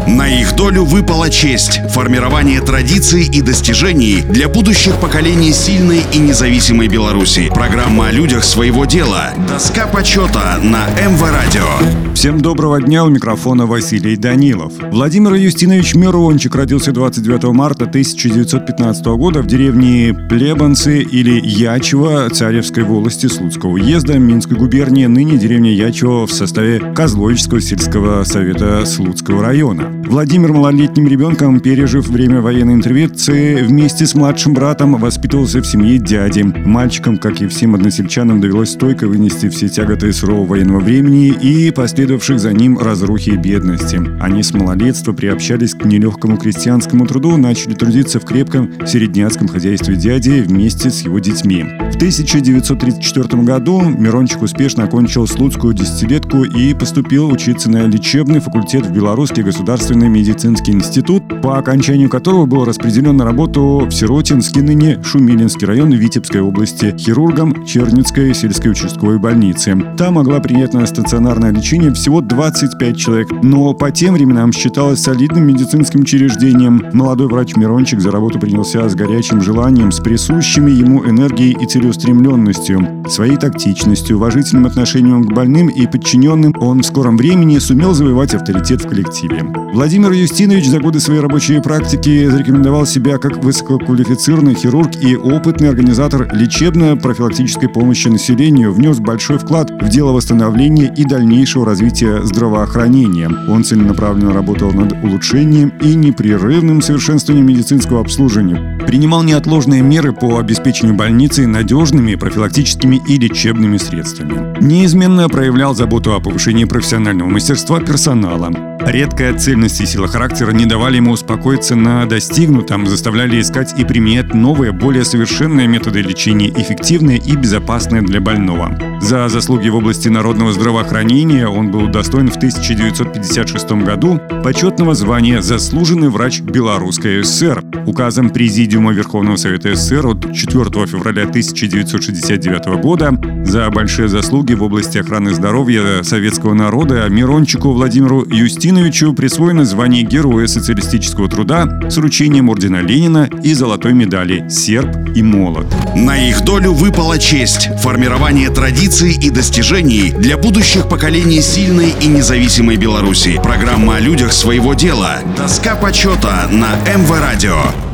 На их долю выпала честь – формирование традиций и достижений для будущих поколений сильной и независимой Беларуси. Программа о людях своего дела. Доска почета на МВ-радио. Всем доброго дня, у микрофона Василий Данилов. Владимир Юстинович Мирончик родился 29 марта 1915 года в деревне Плебанцы или Ячево Царевской волости Слуцкого уезда Минской губернии, ныне деревня Ячево в составе Козловического сельского совета Слуцкого района. Владимир малолетним ребенком, пережив время военной интервенции, вместе с младшим братом воспитывался в семье дяди. Мальчикам, как и всем односельчанам, довелось стойко вынести все тяготы сурового военного времени и последовавших за ним разрухи и бедности. Они с малолетства приобщались к нелегкому крестьянскому труду, начали трудиться в крепком середняцком хозяйстве дяди вместе с его детьми. В 1934 году Мирончик успешно окончил Слуцкую десятилетку и поступил учиться на лечебный факультет в Белорусский государственный медицинский институт, по окончанию которого был распределен на работу в Сиротинский, ныне Шумилинский район Витебской области, хирургом Черницкой сельской участковой больницы. Там могла принять на стационарное лечение всего 25 человек, но по тем временам считалось солидным медицинским учреждением. Молодой врач Мирончик за работу принялся с горячим желанием, с присущими ему энергией и целеустремленностью. Своей тактичностью, уважительным отношением к больным и подчиненным он в скором времени сумел завоевать авторитет в коллективе. Владимир Юстинович за годы своей рабочей практики зарекомендовал себя как высококвалифицированный хирург и опытный организатор лечебно-профилактической помощи населению, внес большой вклад в дело восстановления и дальнейшего развития здравоохранения. Он целенаправленно работал над улучшением и непрерывным совершенствованием медицинского обслуживания. Принимал неотложные меры по обеспечению больницы надежными профилактическими и лечебными средствами. Неизменно проявлял заботу о повышении профессионального мастерства персонала. Редкая цельность и сила характера не давали ему успокоиться на достигнутом, заставляли искать и применять новые, более совершенные методы лечения, эффективные и безопасные для больного. За заслуги в области народного здравоохранения он был удостоен в 1956 году почетного звания «Заслуженный врач Белорусской ССР» указом Президиума Верховного Совета СССР от 4 февраля 1969 года. За большие заслуги в области охраны здоровья советского народа Мирончику Владимиру Юстиновичу присвоено звание Героя социалистического труда с вручением ордена Ленина и золотой медали «Серп и молот». На их долю выпала честь – формирование традиций и достижений для будущих поколений сильной и независимой Беларуси. Программа о людях своего дела. Доска почета на МВ-радио.